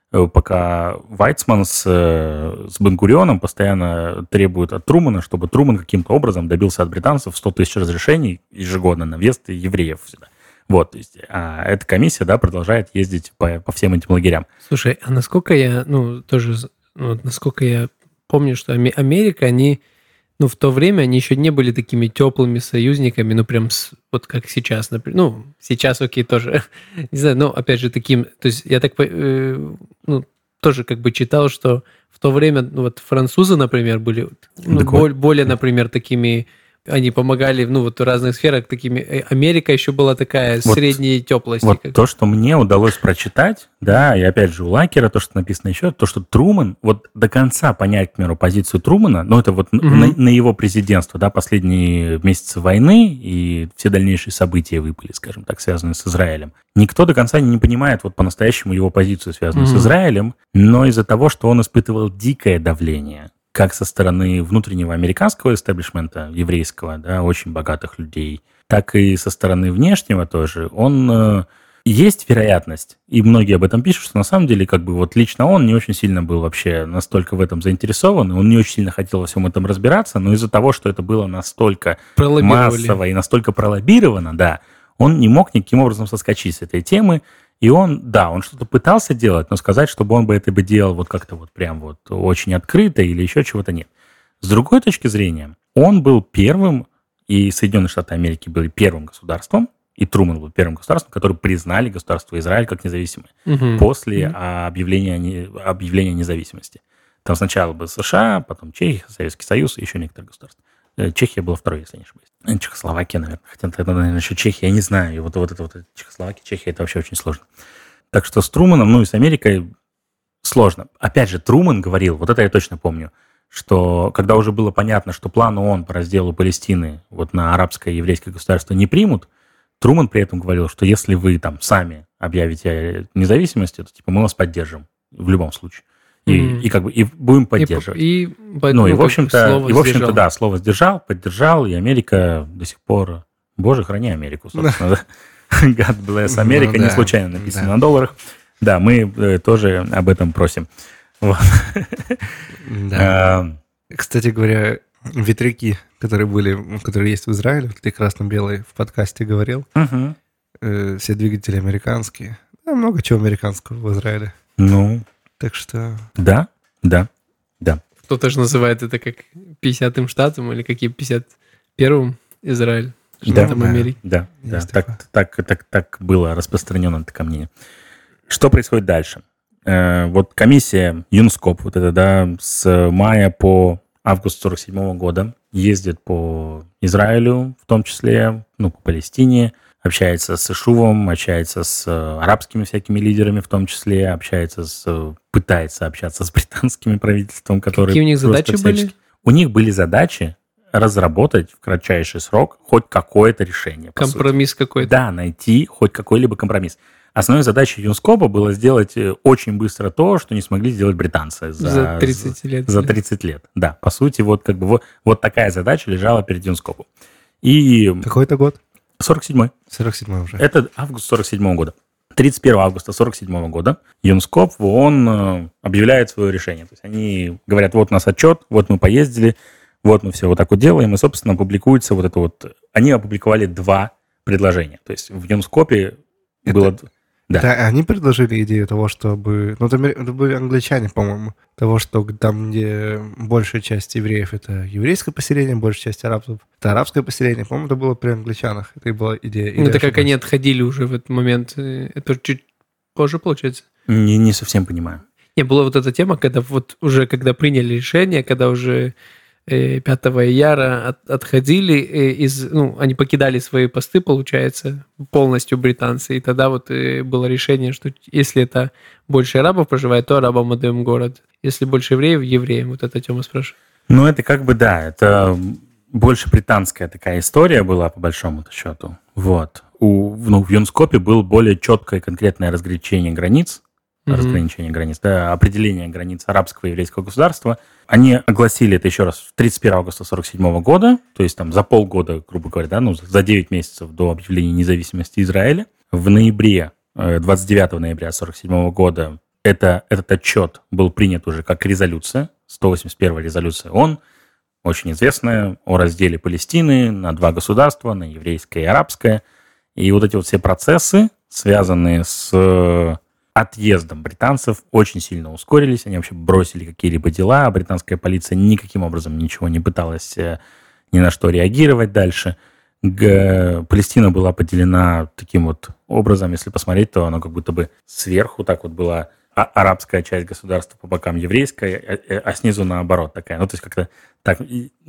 Вайцман с Бен-Гурионом постоянно требуют от Трумэна, чтобы Трумэн каким-то образом добился от британцев 100 тысяч разрешений ежегодно на въезд евреев сюда. Вот, то есть, а эта комиссия, да, продолжает ездить по всем этим лагерям. Слушай, а насколько я, насколько я помню, что Америка, они, в то время они еще не были такими теплыми союзниками, прям вот как сейчас, например. Сейчас, окей, тоже, не знаю, но опять же таким, то есть я так, тоже как бы читал, что в то время, вот французы, например, были более, например, такими... Они помогали, в разных сферах такими. Америка еще была такая средней теплости. Вот то, что мне удалось прочитать, да, и опять же у Лакера, то, что написано еще, то, что Трумэн, вот до конца понять, к примеру, позицию Трумэна, это вот на его президентство, да, последние месяцы войны и все дальнейшие события выпали, скажем так, связанные с Израилем. Никто до конца не понимает вот по-настоящему его позицию, связанную с Израилем, но из-за того, что он испытывал дикое давление, как со стороны внутреннего американского эстаблишмента, еврейского, да, очень богатых людей, так и со стороны внешнего тоже, есть вероятность, и многие об этом пишут, что на самом деле, как бы вот лично он не очень сильно был вообще настолько в этом заинтересован, он не очень сильно хотел во всем этом разбираться, но из-за того, что это было настолько массово и настолько пролоббировано, да, он не мог никаким образом соскочить с этой темы. И он что-то пытался делать, но сказать, чтобы он это делал вот как-то вот прям вот очень открыто или еще чего-то нет. С другой точки зрения, он был первым, и Соединенные Штаты Америки были первым государством, и Трумэн был первым государством, который признали государство Израиль как независимое после объявления независимости. Там сначала был США, потом Чехия, Советский Союз и еще некоторые государства. Чехия была второй, если не ошибаюсь. Чехословакия, наверное. Хотя это, наверное, еще Чехия, я не знаю. И вот это Чехословакия, Чехия, это вообще очень сложно. Так что с Трумэном, и с Америкой сложно. Опять же, Трумэн говорил, вот это я точно помню, что когда уже было понятно, что план ООН по разделу Палестины вот на арабское и еврейское государство не примут, Трумэн при этом говорил, что если вы там сами объявите независимость, то мы вас поддержим в любом случае. И как бы и будем поддерживать. В общем-то, да, слово сдержал, поддержал, и Америка до сих пор... Боже, храни Америку, собственно. God bless Америка, не случайно написано на долларах. Да, мы тоже об этом просим. Кстати говоря, ветряки, которые есть в Израиле, ты красно-белый в подкасте говорил, все двигатели американские. Много чего американского в Израиле. Так что... Да. Кто-то же называет это как 50-м штатом или каким 51-м Израиль, штатом Америки. Да. Так было распространено такое мнение. Что происходит дальше? Вот комиссия ЮНСКОП, вот это, да, с мая по август 1947 года ездит по Израилю, в том числе, по Палестине, общается с Ишувом, общается с арабскими всякими лидерами в том числе, пытается общаться с британским правительством, которые... Какие у них задачи были? У них были задачи разработать в кратчайший срок хоть какое-то решение. Компромисс какой-то. Да, найти хоть какой-либо компромисс. основной задачей ЮНСКОПа было сделать очень быстро то, что не смогли сделать британцы За 30 лет. За 30 лет, да. По сути, вот как бы вот такая задача лежала перед ЮНСКОПом. И... Какой это год? 47-й. 47-й уже. Это август 47-го года. 31 августа 47 года ЮНСКОП в ООН объявляет свое решение. То есть они говорят, вот у нас отчет, вот мы поездили, вот мы все вот так вот делаем, и, собственно, публикуется вот это вот... Они опубликовали 2 предложения. То есть в ЮНСКОПе было... Да, они предложили идею того, чтобы... Ну, это были англичане, по-моему. Того, что там, где большая часть евреев — это еврейское поселение, большая часть арабцев — это арабское поселение. По-моему, это было при англичанах. Это была идея. Ну, это как они отходили уже в этот момент. Это чуть позже, получается? Не совсем понимаю. Не, была вот эта тема, когда вот уже, когда приняли решение, когда уже 5 ияра отходили они покидали свои посты, получается, полностью британцы, и тогда вот было решение, что если это больше арабов проживает, то арабам отдаем город, если больше евреев, евреям. Вот это Тёма спрашивает. Ну, это как бы, да, это больше британская такая история была, по большому-то счету. Вот. В ЮНСКОПе было более четкое и конкретное разграничение границ, определение границ арабского и еврейского государства. Они огласили это еще раз 31 августа 1947 года, то есть там за полгода, грубо говоря, за 9 месяцев до объявления независимости Израиля. В ноябре, 29 ноября 1947 года этот отчет был принят уже как резолюция, 181-я резолюция ООН, очень известная, о разделе Палестины на 2 государства, на еврейское и арабское. И вот эти вот все процессы, связанные с отъездом британцев, очень сильно ускорились. Они вообще бросили какие-либо дела. Британская полиция никаким образом ничего не пыталась ни на что реагировать дальше. Палестина была поделена таким вот образом. Если посмотреть, то она как будто бы сверху так вот была арабская часть государства, по бокам еврейская, а снизу наоборот такая. Ну, то есть как-то так...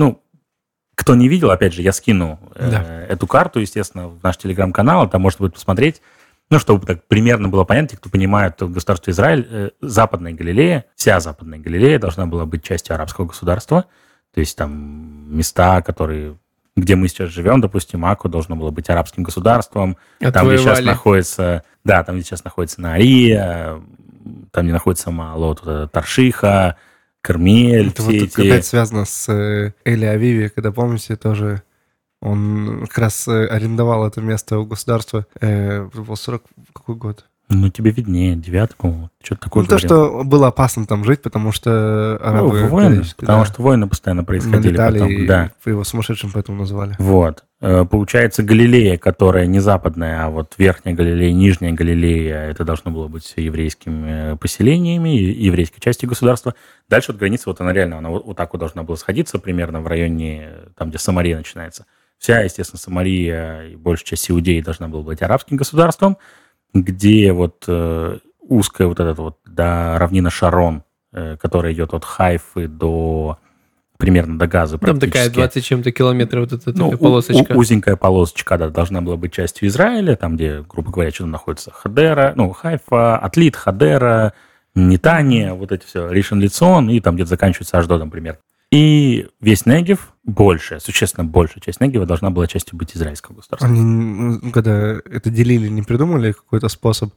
Кто не видел, опять же, я скину эту карту, естественно, в наш телеграм-канал, там можно будет посмотреть. Чтобы так примерно было понятно, те, кто понимает, то государство Израиль, Западная Галилея, вся Западная Галилея должна была быть частью арабского государства. То есть там места, где мы сейчас живем, допустим, Акку должно было быть арабским государством. Там, где сейчас находится... Да, там, где сейчас находится Наария, там, где находится Маалот, Таршиха, Кармель. Это вот опять связано с Эль-Авиви, когда, помните, тоже... Он как раз арендовал это место у государства. Был 40... Какой год? Тебе виднее, 9, по-моему. Что-то такое. То, что было опасно там жить, потому что арабы... Войны, потому что войны постоянно происходили. Потом, да. Его сумасшедшим поэтому назвали. Вот. Получается, Галилея, которая не западная, а вот Верхняя Галилея, Нижняя Галилея, это должно было быть еврейскими поселениями, еврейской частью государства. Дальше вот граница, вот она реально, она вот так вот должна была сходиться примерно в районе, там, где Самария начинается. Вся, естественно, Самария и большая часть Иудеи должна была быть арабским государством, где вот узкая вот эта вот равнина Шарон, которая идет от Хайфы примерно до Газы практически. Там такая 20 чем-то километров вот эта полосочка. Узенькая полосочка, да, должна была быть частью Израиля, там, где, грубо говоря, что там находится Хадера, Хайфа, Атлит, Хадера, Нетания, вот эти все, Ришон Лицион, и там где-то заканчивается Ашдодом примерно. И весь Негев, существенно большая часть Негева должна была частью быть израильского государства. Они, когда это делили, не придумали какой-то способ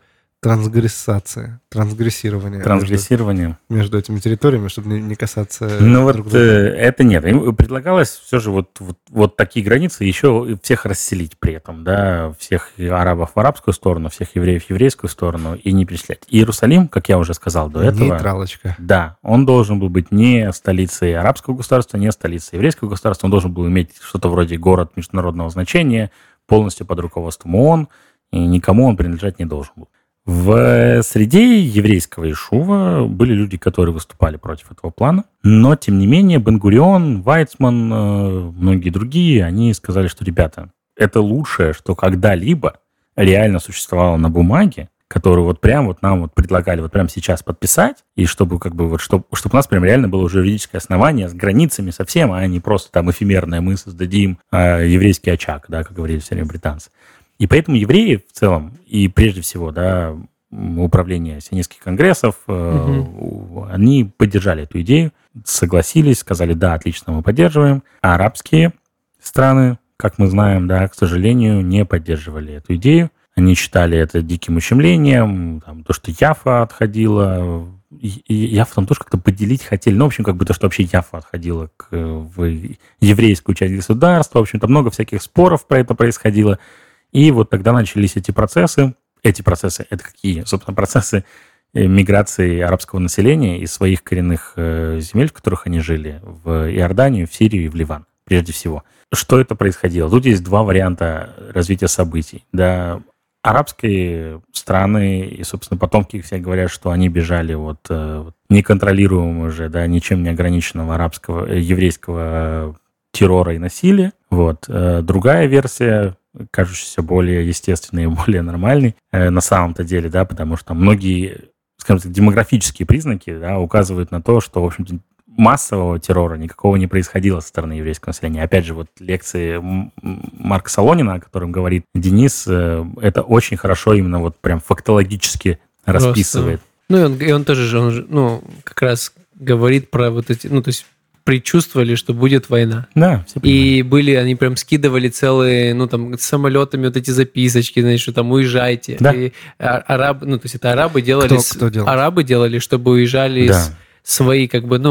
трансгрессирования между этими территориями, чтобы не касаться друг друга? Это нет. Им предлагалось все же вот такие границы еще всех расселить при этом, да, всех арабов в арабскую сторону, всех евреев в еврейскую сторону и не переселять. Иерусалим, как я уже сказал до этого... Нейтралочка. Да, он должен был быть не столицей арабского государства, не столицей еврейского государства, он должен был иметь что-то вроде город международного значения, полностью под руководством ООН, и никому он принадлежать не должен был. В среде еврейского ишува были люди, которые выступали против этого плана, но, тем не менее, Бен-Гурион, Вайцман, многие другие, они сказали, что, ребята, это лучшее, что когда-либо реально существовало на бумаге, которую вот прям вот нам вот предлагали вот прямо сейчас подписать, и чтобы как бы вот чтобы у нас прям реально было уже юридическое основание с границами совсем, а не просто там эфемерное мы создадим еврейский очаг, да, как говорили все время британцы. И поэтому евреи в целом, и прежде всего, да, управление сионистских конгрессов, они поддержали эту идею, согласились, сказали, да, отлично, мы поддерживаем. А арабские страны, как мы знаем, да, к сожалению, не поддерживали эту идею. Они считали это диким ущемлением, там, то, что Яфа отходила, и Яфа там тоже как-то поделить хотели. Ну, в общем, как бы то, что вообще Яфа отходила в еврейскую часть государства. В общем, там много всяких споров про это происходило. И вот тогда начались эти процессы. Эти процессы, это какие? Собственно, процессы миграции арабского населения из своих коренных земель, в которых они жили, в Иорданию, в Сирию и в Ливан, прежде всего. Что это происходило? Тут есть два варианта развития событий. Да, арабские страны и, собственно, потомки их все говорят, что они бежали от неконтролируемого уже, да, ничем не ограниченного арабского, еврейского террора и насилия. Вот. Другая версия, кажущаяся более естественной и более нормальной на самом-то деле, да, потому что многие, скажем так, демографические признаки, да, указывают на то, что, в общем-то, массового террора никакого не происходило со стороны еврейского населения. Опять же, вот лекции Марка Солонина, о котором говорит Денис, это очень хорошо именно вот прям фактологически расписывает. Ну, и он тоже же, как раз говорит про вот эти, то есть предчувствовали, что будет война. Да, все понимают. И они прям скидывали целые, с самолетами вот эти записочки, знаешь, что там уезжайте. Да. И арабы, то есть это арабы делали... Кто делал? Арабы делали, чтобы уезжали свои,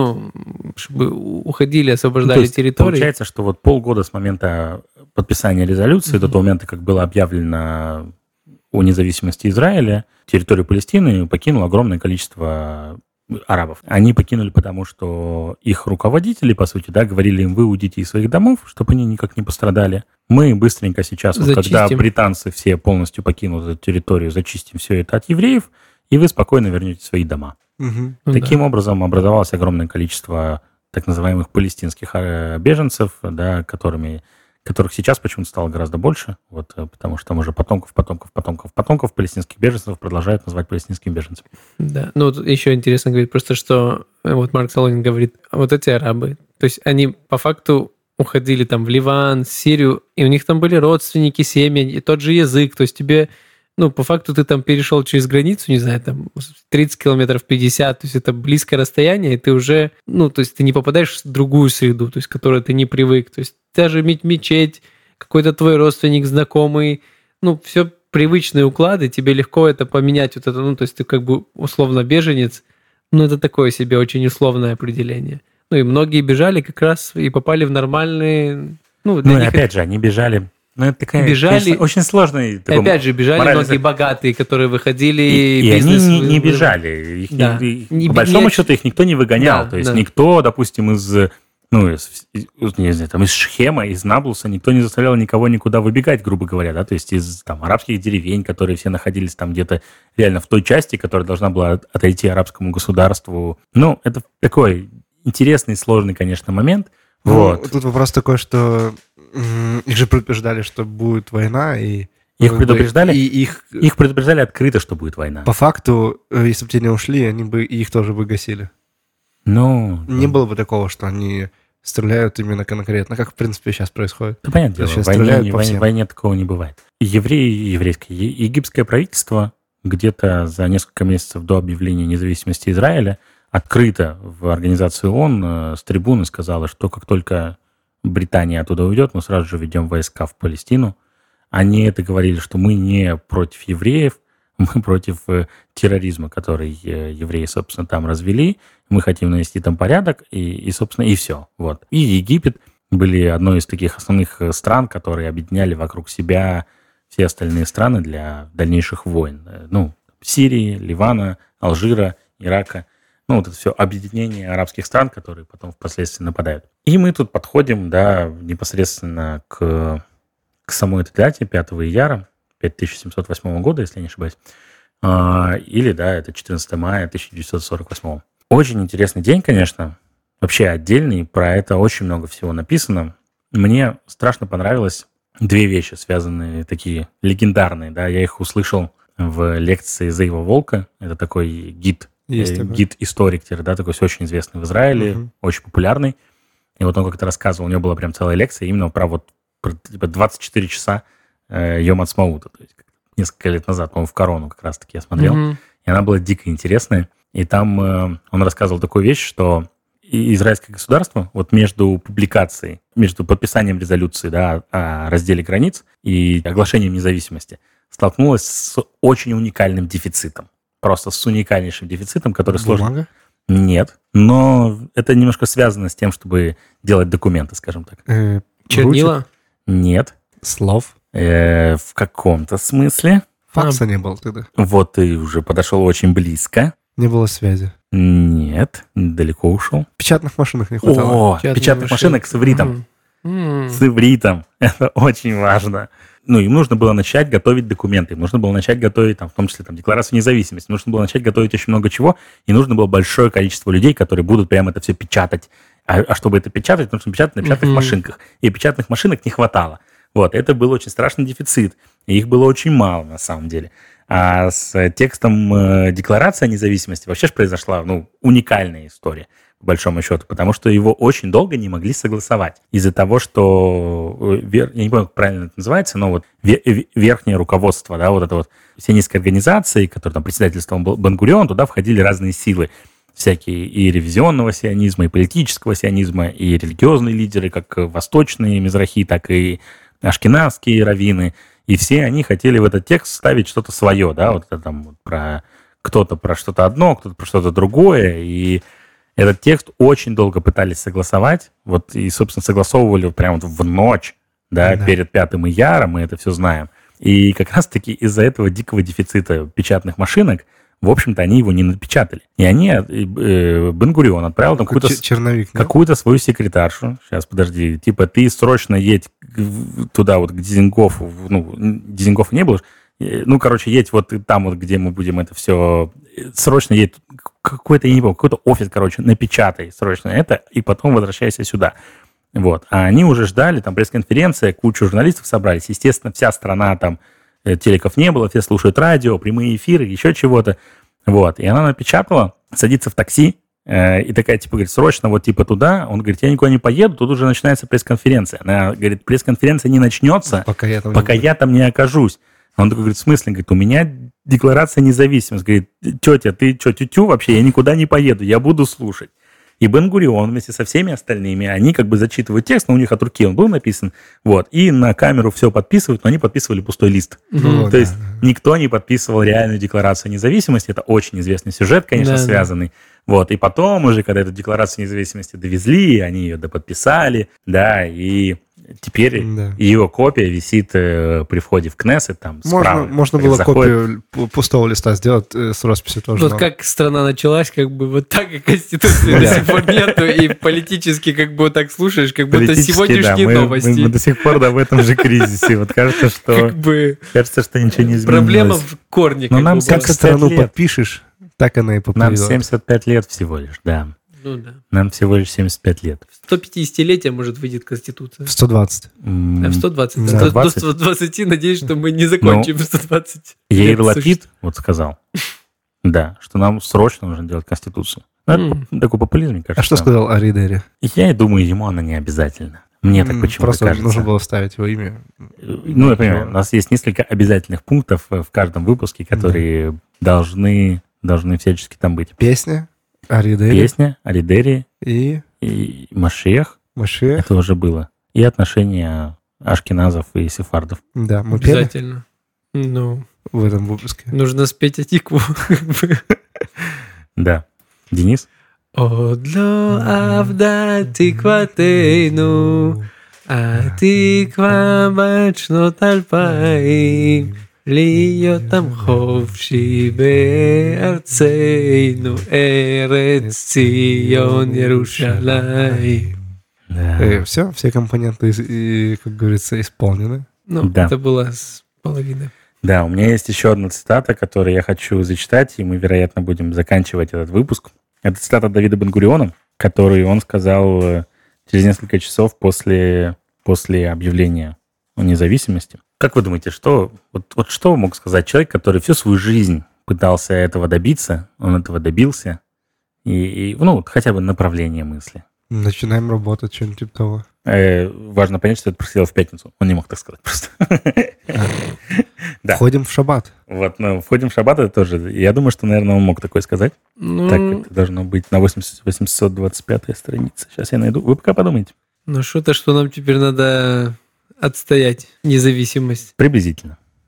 чтобы уходили, освобождали территории. Получается, что вот полгода с момента подписания резолюции, до того момента, как было объявлено о независимости Израиля, территорию Палестины покинуло огромное количество арабов. Они покинули, потому что их руководители, по сути, да, говорили им: вы уйдите из своих домов, чтобы они никак не пострадали. Мы быстренько сейчас, вот, когда британцы все полностью покинут эту территорию, зачистим все это от евреев, и вы спокойно вернете в свои дома. Таким образом образовалось огромное количество так называемых палестинских беженцев, да, которых сейчас почему-то стало гораздо больше, вот, потому что там уже потомков палестинских беженцев продолжают называть палестинскими беженцами. Да, еще интересно говорить просто, что вот Марк Солонин говорит, вот эти арабы, то есть они по факту уходили там в Ливан, Сирию, и у них там были родственники, семьи, и тот же язык, то есть тебе, по факту ты там перешел через границу, не знаю, там 30 километров, 50, то есть это близкое расстояние, и ты уже, то есть ты не попадаешь в другую среду, то есть к которой ты не привык, то есть даже мечеть, какой-то твой родственник, знакомый, все привычные уклады, тебе легко это поменять, вот это, то есть ты как бы условно беженец, это такое себе очень условное определение. И многие бежали как раз и попали в нормальные... и опять же, они бежали... это такая, бежали, конечно, очень сложный... И опять же, бежали многие богатые, которые выходили... И они не бежали. По большому счету их никто не выгонял. То есть никто, допустим, из Шхема, из Наблуса, никто не заставлял никого никуда выбегать, грубо говоря, да, то есть из арабских деревень, которые все находились там где-то реально в той части, которая должна была отойти арабскому государству. Это такой интересный, сложный, конечно, момент. Вот. Тут вопрос такой, что их же предупреждали, что будет война, и... Их предупреждали? Их предупреждали открыто, что будет война. По факту, если бы те не ушли, они бы их тоже бы гасили. Не было бы такого, что они стреляют именно конкретно, как, в принципе, сейчас происходит. Да, понятное дело, в войне такого не бывает. Египетское правительство где-то за несколько месяцев до объявления независимости Израиля открыто в организации ООН с трибуны сказала, что как только Британия оттуда уйдет, мы сразу же ведем войска в Палестину. Они это говорили, что мы не против евреев, мы против терроризма, который евреи, собственно, там развели. Мы хотим навести там порядок, и собственно, и все. Вот. И Египет были одной из таких основных стран, которые объединяли вокруг себя все остальные страны для дальнейших войн. Сирии, Ливана, Алжира, Ирака. Вот это все объединение арабских стран, которые потом впоследствии нападают. И мы тут подходим, да, непосредственно к самой этой дате, 5 ияра 5708 года, если я не ошибаюсь. Или, да, это 14 мая 1948. Очень интересный день, конечно. Вообще отдельный. Про это очень много всего написано. Мне страшно понравилось две вещи, связанные, такие легендарные. Да, я их услышал в лекции Зейва Волка. Это такой гид-историк, да, такой очень известный в Израиле, очень популярный. И вот он как-то рассказывал, у него была прям целая лекция именно про 24 часа Йом Ацмаута, то есть несколько лет назад, по-моему, в Корону как раз-таки я смотрел, и она была дико интересная. И там он рассказывал такую вещь, что израильское государство вот между подписанием резолюции, да, о разделе границ и оглашением независимости столкнулась с очень уникальным дефицитом. Просто с уникальнейшим дефицитом, который сложно... Бумага? Нет, но это немножко связано с тем, чтобы делать документы, скажем так. Чернила? Ручек? Нет. Слов? В каком-то смысле. Факса не было тогда. Вот ты уже подошел очень близко. Не было связи. Нет, далеко ушел. Печатных машинок не хватало. О, печатных машинок с ивритом. С ивритом. Это очень важно. Ну, им нужно было начать готовить документы, им нужно было начать готовить, там, в том числе, там, декларацию независимости, нужно было начать готовить очень много чего, и нужно было большое количество людей, которые будут прямо это все печатать. А чтобы это печатать, нужно печатать на печатных машинках. И печатных машинок не хватало. Вот, это был очень страшный дефицит. И их было очень мало, на самом деле. А с текстом декларации о независимости вообще же произошла, ну, уникальная история, по большому счету, потому что его очень долго не могли согласовать. Из-за того, что, я не помню, как правильно это называется, но вот верхнее руководство, да, вот это вот сионистской организации, которая там председательствовал Бен-Гурион, туда входили разные силы, всякие и ревизионного сионизма, и политического сионизма, и религиозные лидеры, как восточные мизрахи, так и ашкеназские раввины, и все они хотели в этот текст ставить что-то свое, да, вот это там вот про кто-то про что-то одно, кто-то про что-то другое, и этот текст очень долго пытались согласовать, вот, и, собственно, согласовывали прямо вот в ночь, да, перед 5 ияра, мы это все знаем. И как раз-таки из-за этого дикого дефицита печатных машинок, в общем-то, они его не напечатали. И они, Бен-Гурион отправил там какую-то свою секретаршу. Сейчас, подожди. Типа, ты срочно едь туда вот к Дизингофу. Ну, Дизингофа не было. Ну, короче, едь вот там вот, где мы будем это все... Срочно едь какой-то, я не помню, какой-то офис, короче, напечатай срочно это, и потом возвращайся сюда. Вот. А они уже ждали, там пресс-конференция, кучу журналистов собрались. Естественно, вся страна там... Телеков не было, все слушают радио, прямые эфиры, еще чего-то. Вот. И она напечатала, садится в такси, и такая, типа, говорит, срочно вот типа туда. Он говорит, я никуда не поеду, тут уже начинается пресс-конференция. Она говорит, пресс-конференция не начнется, пока я там не окажусь. Он такой говорит, в смысле? Говорит, у меня декларация независимости. Говорит, тетя, ты что, тю-тю вообще? Я никуда не поеду, я буду слушать. И Бен-Гурион вместе со всеми остальными, они как бы зачитывают текст, но у них от руки он был написан, вот, и на камеру все подписывают, но они подписывали пустой лист. То есть никто не подписывал реальную декларацию независимости, это очень известный сюжет, конечно, связанный. Вот, и потом уже, когда эту декларацию независимости довезли, они ее доподписали, да, и теперь ее копия висит при входе в Кнессет, там, справа. Можно было копию пустого листа сделать с росписью тоже. Вот как страна началась, как бы вот так и Конституции до сих пор нету, и политически как бы вот так слушаешь, как будто сегодняшние новости. Мы до сих пор в этом же кризисе. Вот кажется, что ничего не изменилось. Проблема в корне. Но нам как страну подпишешь, так она и поплывет. Нам 75 лет всего лишь, да. Ну да. Нам всего лишь 75 лет. 150-летие, может, выйдет Конституция. В 120. В 120. Да. До 120, надеюсь, что мы не закончим в 120. Яир Лапид вот сказал, да, что нам срочно нужно делать Конституцию. Это такой популизм, мне кажется. А что сказал Аридери? Я думаю, ему она не обязательна. Мне так почему-то просто кажется. Нужно было вставить его имя. Ну, я понимаю, у нас есть несколько обязательных пунктов в каждом выпуске, которые должны всячески там быть. Песня Аридери. Песня Аридери и Машиах. Это уже было. И отношения ашкеназов и сефардов. Да, мы пели. Обязательно. Ну, в этом выпуске. Нужно спеть Атикву. Да. Денис? עוד לא עבדה תקוותנו, התקווה בת שנות 2000, להיות עם חופשי בארצנו, ארץ ציון ירושלים. Все компоненты, как говорится, исполнены. Ну, это было с половины. Да, у меня есть еще одна цитата, которую я хочу зачитать, и мы, вероятно, будем заканчивать этот выпуск. Это цитата Давида Бен-Гуриона, которую он сказал через несколько часов после объявления о независимости. Как вы думаете, что мог сказать человек, который всю свою жизнь пытался этого добиться, он этого добился, и хотя бы направление мысли? Начинаем работать, что-нибудь типа того. Важно понять, что это происходило в пятницу. Он не мог так сказать просто. Входим в шаббат. Вот, входим в шаббат, это тоже. Я думаю, что, наверное, он мог такое сказать. Так это должно быть на 825-й странице. Сейчас я найду. Вы пока подумайте. Ну, что нам теперь надо отстоять независимость? Приблизительно.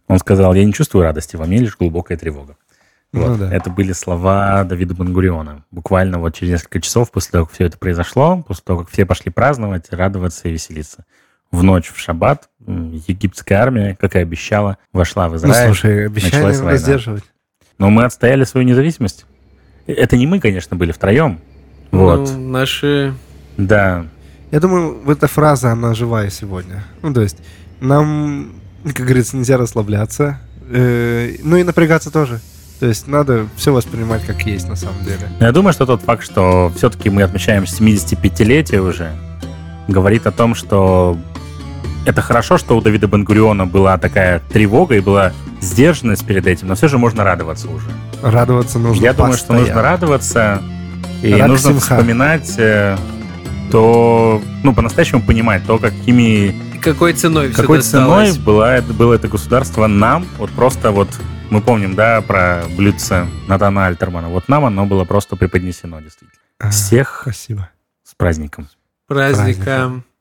Он сказал: «Я не чувствую радости, во мне лишь глубокая тревога». Ну Вот. да. Это были слова Давида Бен-Гуриона. Буквально вот через несколько часов после того, как все это произошло, после того, как все пошли праздновать, радоваться и веселиться. В ночь в шаббат египетская армия, как и обещала, вошла в Израиль. Слушай, обещание началась надо война. сдерживать. Но мы отстояли свою независимость. Это не мы, конечно, были втроем. Вот. Ну, наши... Да. Я думаю, вот эта фраза, она живая сегодня. Ну, то есть, нам, как говорится, нельзя расслабляться, ну и напрягаться тоже. То есть, надо все воспринимать как есть на самом деле. Я думаю, что тот факт, что все-таки мы отмечаем 75-летие уже, говорит о том, что это хорошо, что у Давида Бен-Гуриона была такая тревога и была сдержанность перед этим, но все же можно радоваться уже. Радоваться нужно Я думаю, что нужно радоваться, и Рак нужно симха. вспоминать то, ну, по-настоящему понимать то, какой Какой ценой все ценой досталось. было это государство нам, вот просто вот, мы помним, да, про блюдце Натана Альтермана, вот нам оно было просто преподнесено, действительно. Всех Спасибо. с праздником. Праздником.